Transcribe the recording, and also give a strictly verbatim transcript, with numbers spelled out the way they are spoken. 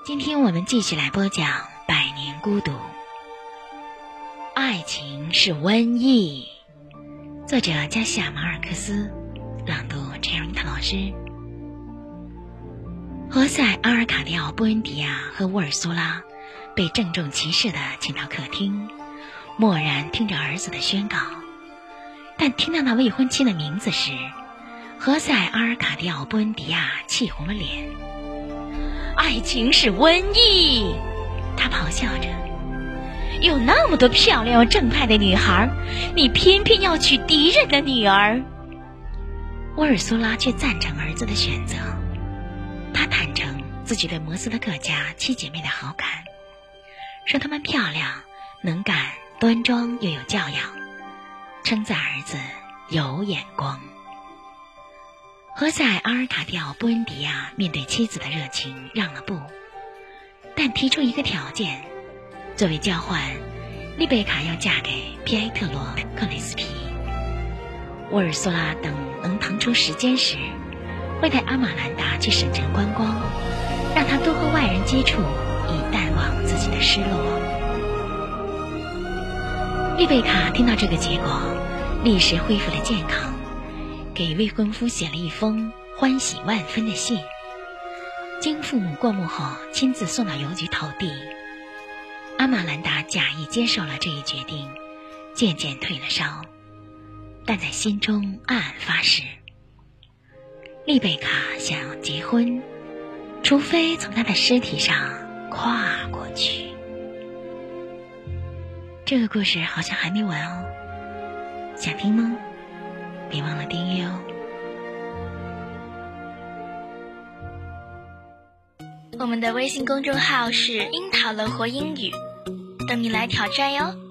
今天我们继续来播讲《百年孤独》。爱情是瘟疫，作者加西亚马尔克斯，朗读陈荣涛老师。何塞·阿尔卡迪奥·布恩迪亚和沃尔苏拉被郑重其事地请到客厅，默然听着儿子的宣告。但听到那未婚妻的名字时，何塞·阿尔卡迪奥·布恩迪亚气红了脸。爱情是瘟疫，他咆哮着，有那么多漂亮又正派的女孩，你偏偏要娶敌人的女儿。沃尔苏拉却赞成儿子的选择，他坦诚自己对摩斯特克家七姐妹的好感，说她们漂亮、能干、端庄又有教养，称赞儿子有眼光。何塞·阿尔卡迪奥·布恩迪亚面对妻子的热情让了步，但提出一个条件，作为交换，丽贝卡要嫁给皮埃特罗·克雷斯皮。沃尔苏拉等能腾出时间时，会带阿玛兰达去省城观光，让她多和外人接触，以淡忘自己的失落。丽贝卡听到这个结果，立时恢复了健康，给未婚夫写了一封欢喜万分的信，经父母过目后亲自送到邮局投递。阿玛兰达假意接受了这一决定，渐渐退了烧，但在心中暗暗发誓，丽贝卡想要结婚，除非从她的尸体上跨过去。这个故事好像还没完哦，想听吗？别忘了订阅哦。 我们的微信公众号是樱桃乐活英语，等你来挑战哟。